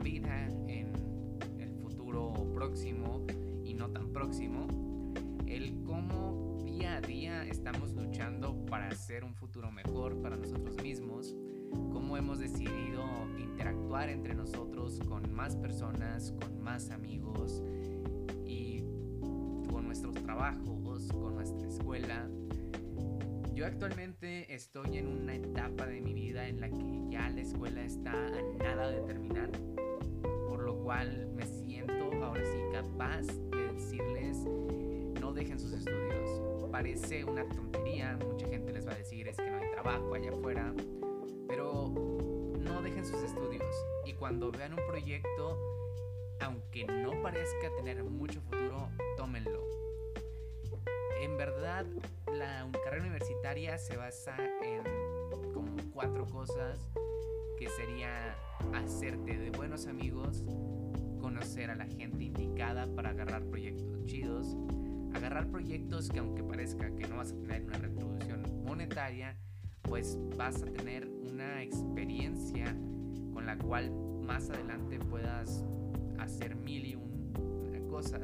vida, en el futuro próximo y no tan próximo, el cómo día a día estamos luchando para hacer un futuro mejor para nosotros mismos, cómo hemos decidido interactuar entre nosotros con más personas, con más amigos y con nuestros trabajos, con nuestra escuela. Yo actualmente estoy en una etapa de mi vida en la que ya la escuela está a nada de terminar, por lo cual me siento ahora sí capaz de decirles: no dejen sus estudios. Parece una tontería, mucha gente les va a decir es que no hay trabajo allá afuera, pero no dejen sus estudios. Y cuando vean un proyecto, aunque no parezca tener mucho futuro, tómenlo. En verdad, la carrera universitaria se basa en como 4 cosas, que sería hacerte de buenos amigos, conocer a la gente indicada para agarrar proyectos chidos, agarrar proyectos que aunque parezca que no vas a tener una retribución monetaria, pues vas a tener una experiencia con la cual más adelante puedas hacer mil y una cosas.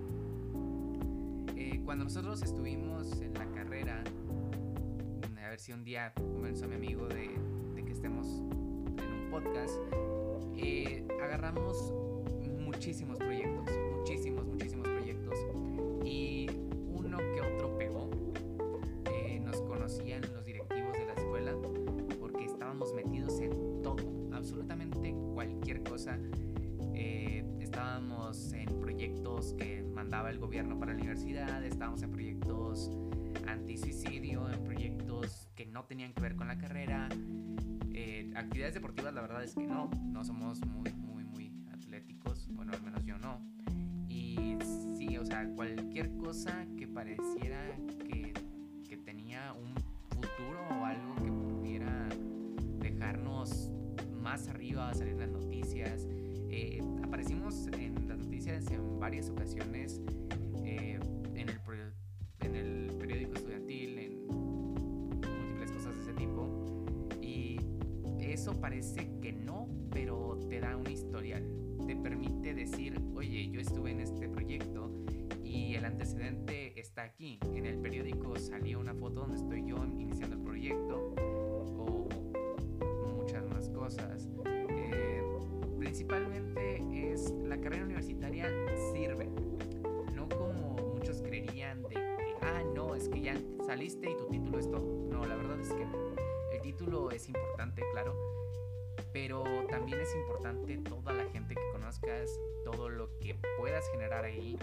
Cuando nosotros estuvimos en la carrera, a ver si un día convenzo a mi amigo de que estemos en un podcast, agarramos muchísimos proyectos, muchísimos proyectos, y uno que otro pegó. Nos conocían los directivos de la escuela porque estábamos metidos en todo, absolutamente cualquier cosa. Estábamos en proyectos que mandaba el gobierno para la universidad, estábamos en proyectos anti-suicidio, en proyectos que no tenían que ver con la carrera. Actividades deportivas, la verdad es que no somos muy atléticos, bueno, al menos yo no. Y sí, o sea, cualquier cosa que pareciera que tenía un futuro o algo que pudiera dejarnos más arriba, salir en las noticias. Aparecimos en las noticias en varias ocasiones, en el periódico estudiantil, en múltiples cosas de ese tipo, y eso parece que no, pero te da un historial, te permite decir: oye, yo estuve en este proyecto y el antecedente está aquí. En el periódico salió una foto donde estoy yo iniciando el proyecto, o muchas más cosas. Principalmente la carrera universitaria sirve, no como muchos creerían de que no, es que ya saliste y tu título es todo. No, la verdad es que no. El título es importante, claro, pero también es importante toda la gente que conozcas, todo lo que puedas generar ahí.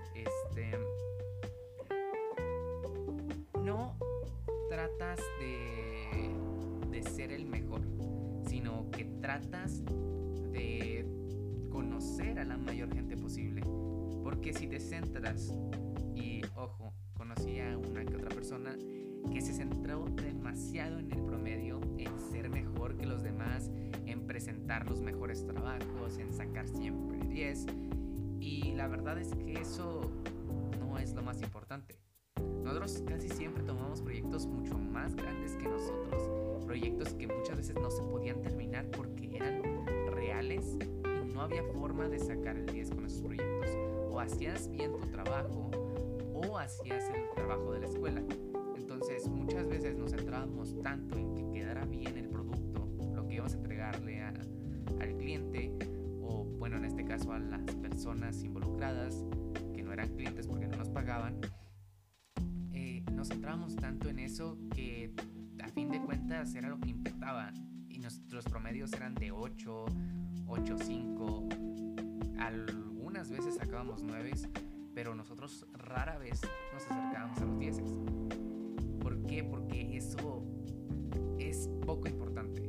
No tratas de ser el mejor, sino que tratas de conocer a la mayor gente posible. Porque si te centras, y ojo, conocí a una que otra persona que se centró demasiado en el promedio, en ser mejor que los demás, en presentar los mejores trabajos, en sacar siempre 10, y la verdad es que eso no es lo más importante. Nosotros casi siempre tomamos proyectos mucho más grandes que nosotros, proyectos que muchas veces no se podían terminar porque eran reales y no había forma de sacar el 10 con esos proyectos. O hacías bien tu trabajo o hacías el trabajo de la escuela. Entonces muchas veces nos centrábamos tanto en que quedara bien el producto, lo que íbamos a entregarle al cliente, o bueno, en este caso a las personas involucradas, que no eran clientes porque no nos pagaban. Nos centrábamos tanto en eso que a fin de cuentas era lo que importaba, y nuestros promedios eran de 8, 8.5, algunas veces sacábamos 9, pero nosotros rara vez nos acercábamos a los 10. ¿Por qué? Porque eso es poco importante.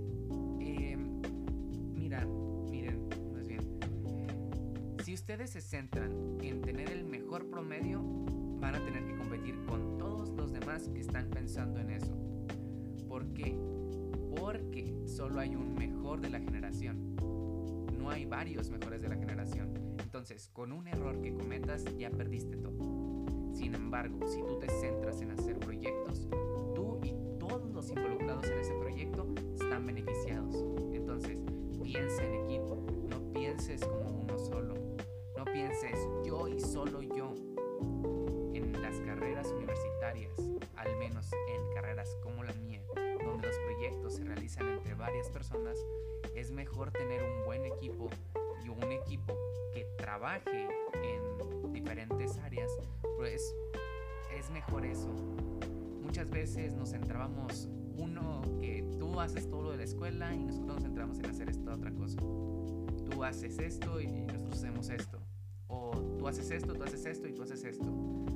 Miren, más bien, si ustedes se centran en tener el mejor promedio, van a tener que competir con todos los demás que están pensando en eso. ¿Por qué? Porque solo hay un mejor de la generación, no hay varios mejores de la generación. Entonces, con un error que cometas ya perdiste todo. Sin embargo, si tú te centras en hacer proyectos, tú y todos los involucrados en ese proyecto están beneficiados. Entonces, piensa en equipo, no piensa pienses como uno solo. No pienses yo y solo yo. En las carreras universitarias, al menos en carreras como la mía, donde los proyectos se realizan entre varias personas, es mejor tener un buen equipo y un equipo que trabaje en diferentes áreas, pues es mejor eso. Muchas veces nos centrábamos uno que tú haces todo lo de la escuela y nosotros nos centramos en hacer esta otra cosa. Tú haces esto y nosotros hacemos esto. O tú haces esto, tú haces esto y tú haces esto.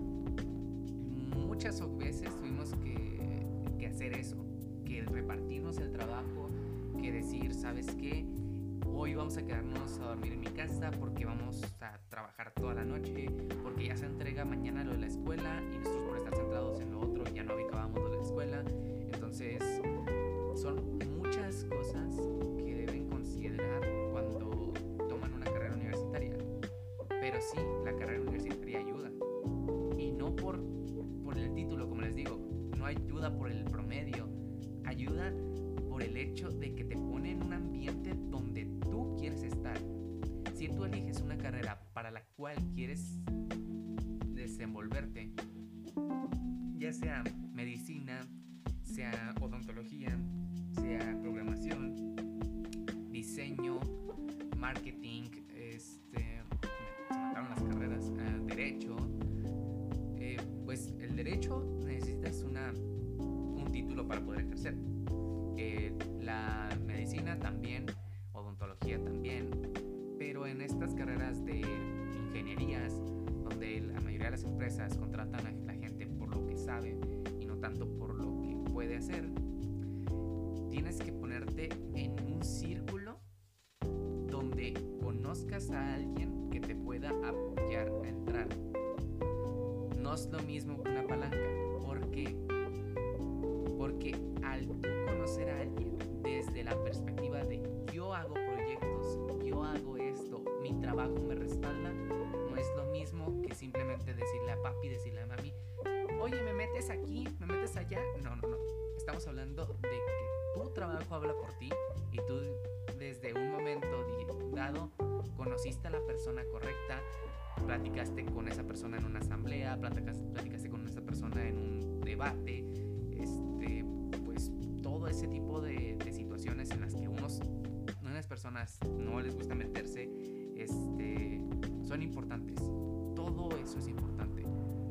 Muchas veces tuvimos que hacer eso, que repartirnos el trabajo, que decir, ¿sabes qué? Hoy vamos a quedarnos a dormir en mi casa porque vamos a trabajar toda la noche, porque ya se entrega mañana lo de la escuela y nosotros por estar centrados en lo otro ya no acabamos lo de la escuela. Entonces son muchas cosas que deben considerar cuando toman una carrera universitaria. Pero sí, la carrera universitaria ayuda. Y no por el título, como les digo, no ayuda por el promedio, ayuda por el hecho de que te pone en un ambiente donde tú quieres estar. Si tú eliges una carrera para la cual quieres desenvolverte, ya sea medicina, sea odontología, sea programación, diseño, marketing, se mataron las carreras, derecho, pues el derecho necesitas un título para poder ejercer. La medicina también, odontología también, pero en estas carreras de ingenierías, donde la mayoría de las empresas contratan a la gente por lo que sabe y no tanto por lo que puede hacer, tienes que ponerte en un círculo donde conozcas a alguien que te pueda apoyar a entrar. No es lo mismo que una palanca, porque al tú conocer a alguien desde la perspectiva de yo hago proyectos, yo hago esto, mi trabajo me respalda, no es lo mismo que simplemente decirle a papi, decirle a mami, oye, me metes aquí, me metes allá. No. Estamos hablando de que tu trabajo habla por ti y tú desde un momento dado conociste a la persona correcta, platicaste con esa persona en una asamblea, platicaste con esa persona en un debate, pues todo ese tipo de situaciones en las que unas personas no les gusta meterse, son importantes. Todo eso es importante.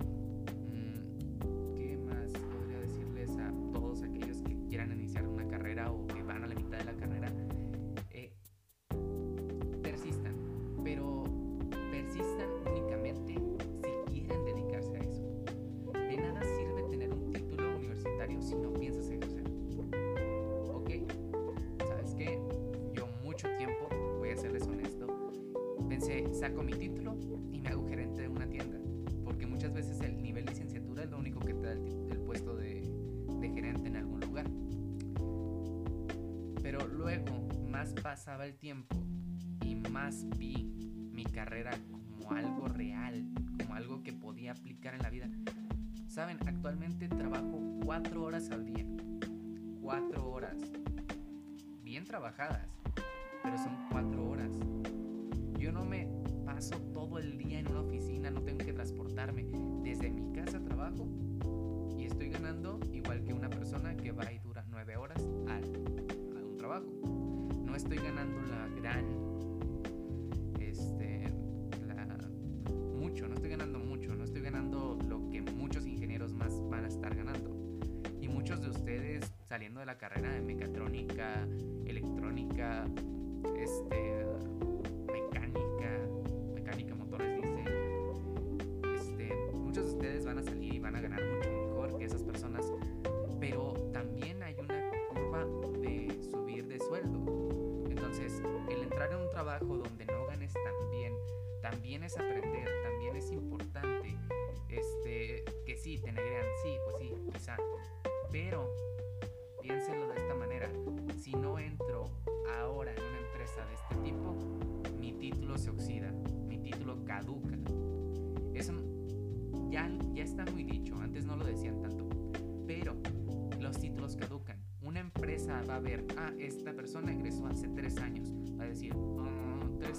¿Qué más podría decirles a todos aquellos que quieran iniciar una carrera o que van a la mitad de la carrera? Persistan, pero persistan únicamente si quieren dedicarse a eso. De nada sirve tener un título universitario si no piensas ejercer. Ok, ¿sabes qué? Yo mucho tiempo, voy a serles honesto, pensé, saco mi título y me hago gerente de una tienda, porque muchas veces el nivel de licenciatura es lo único que te da el puesto de gerente en algún lugar. Pero luego más pasaba el tiempo y más vi mi carrera como algo real, como algo que podía aplicar en la vida. Saben, actualmente trabajo 4 horas al día. 4 horas. Bien trabajadas, pero son 4 horas. Yo no me paso todo el día en una oficina, no tengo que transportarme. Desde mi casa trabajo y estoy ganando igual que una persona que va y dura 9 horas a un trabajo. No estoy ganando la gran no estoy ganando mucho, no estoy ganando lo que muchos ingenieros más van a estar ganando. Y muchos de ustedes saliendo de la carrera de mecatrónica, electrónica, mecánica, motores diésel, muchos de ustedes van a salir y van a ganar mucho mejor que esas personas, pero también hay una curva de subir de sueldo. Entonces, el entrar en un trabajo donde no ganes tan bien, también es aprender, también es importante. Que sí, te negrean, sí, pues sí, quizá, pero piénsenlo de esta manera: si no entro ahora en una empresa de este tipo, mi título se oxida, mi título caduca. Eso ya está muy dicho, antes no lo decían tanto, pero los títulos caducan. Una empresa va a ver, esta persona ingresó hace 3 años, va a decir, 3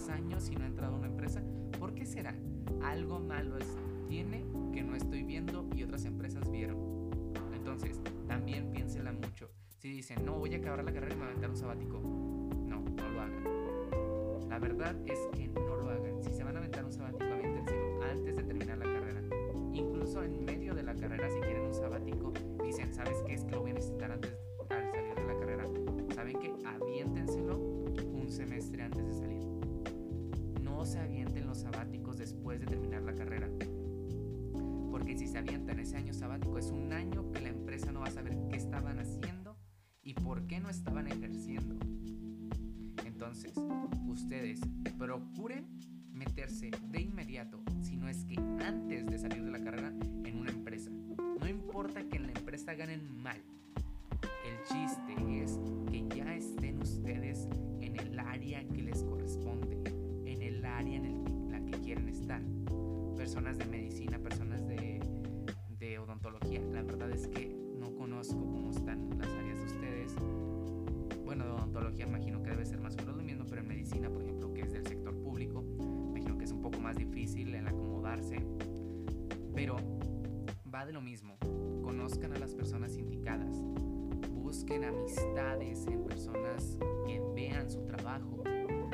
2 años y no ha entrado a una empresa. ¿Por qué será? Algo malo tiene que no estoy viendo y otras empresas vieron. Entonces, también piénsela mucho. Si dicen, no, voy a acabar la carrera y me voy a aventar un sabático, no lo hagan. La verdad es que no lo hagan. Si se van a aventar un sabático, avéntenselo antes de terminar la carrera. Incluso en medio de la carrera, si quieren un sabático, dicen, ¿sabes qué? Es que lo voy a necesitar antes al salir de la carrera. ¿Saben qué? Aviéntenselo un semestre antes de salir. No se avienten los sabáticos después de terminar la carrera. Porque si se avientan ese año sabático, es un año que la empresa no va a saber qué estaban haciendo y por qué no estaban ejerciendo. Entonces, ustedes procuren meterse de inmediato, si no es que antes de salir de la carrera, en una empresa. No importa que en la empresa ganen mal. El chiste es que ya estén ustedes en el área que les corresponde, en el área en la que quieren estar. Personas de medicina, personas de odontología, la verdad es que no conozco cómo están las áreas de ustedes. Bueno, de odontología imagino que debe ser más o menos lo mismo, pero en medicina, por ejemplo, que es del sector público, imagino que es un poco más difícil el acomodarse. Pero va de lo mismo. Conozcan a las personas indicadas. Busquen amistades en personas que vean su trabajo.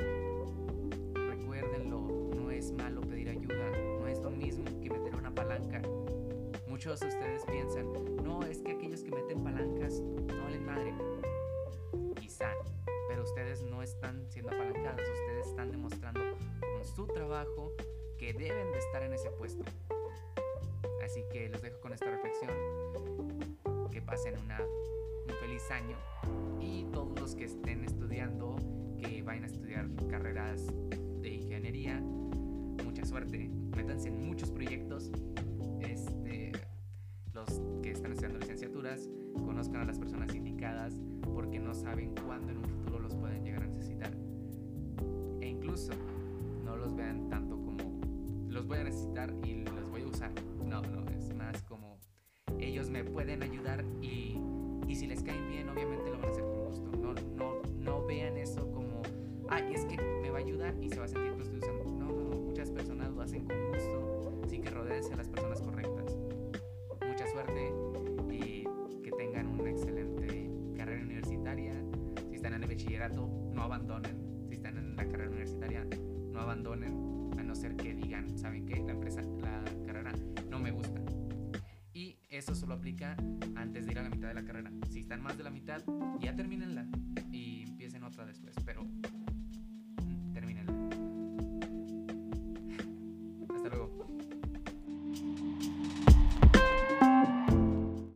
Recuérdenlo, no es malo pedir ayuda, no es lo mismo que meter una palanca. Muchos de ustedes piensan, no, es que aquellos que meten palancas no valen madre. Quizá, pero ustedes no están siendo apalancados, ustedes están demostrando con su trabajo que deben de estar en ese puesto. Así que los dejo con esta reflexión. Que pasen un feliz año, y todos los que estén estudiando, que vayan a estudiar carreras de ingeniería, mucha suerte, métanse en muchos proyectos. Los que están estudiando licenciaturas, conozcan a las personas indicadas, porque no saben cuándo en un futuro los pueden llegar a necesitar. E incluso no los vean tanto como los voy a necesitar y los voy a usar. No, es más como ellos me pueden ayudar, y si les caen bien, obviamente lo van a hacer con gusto. No vean eso como, es que me va a ayudar y se va a sentir que lo estoy usando. No, muchas personas lo hacen con gusto, así que rodéense a las personas correctas. Mucha suerte y que tengan una excelente carrera universitaria. Si están en el bachillerato, no abandonen. Si están en la carrera universitaria, no abandonen, a no ser que digan, ¿saben qué? La carrera no me gusta. Y eso solo aplica antes de ir a la mitad de la carrera. Si están más de la mitad, ya termínenla.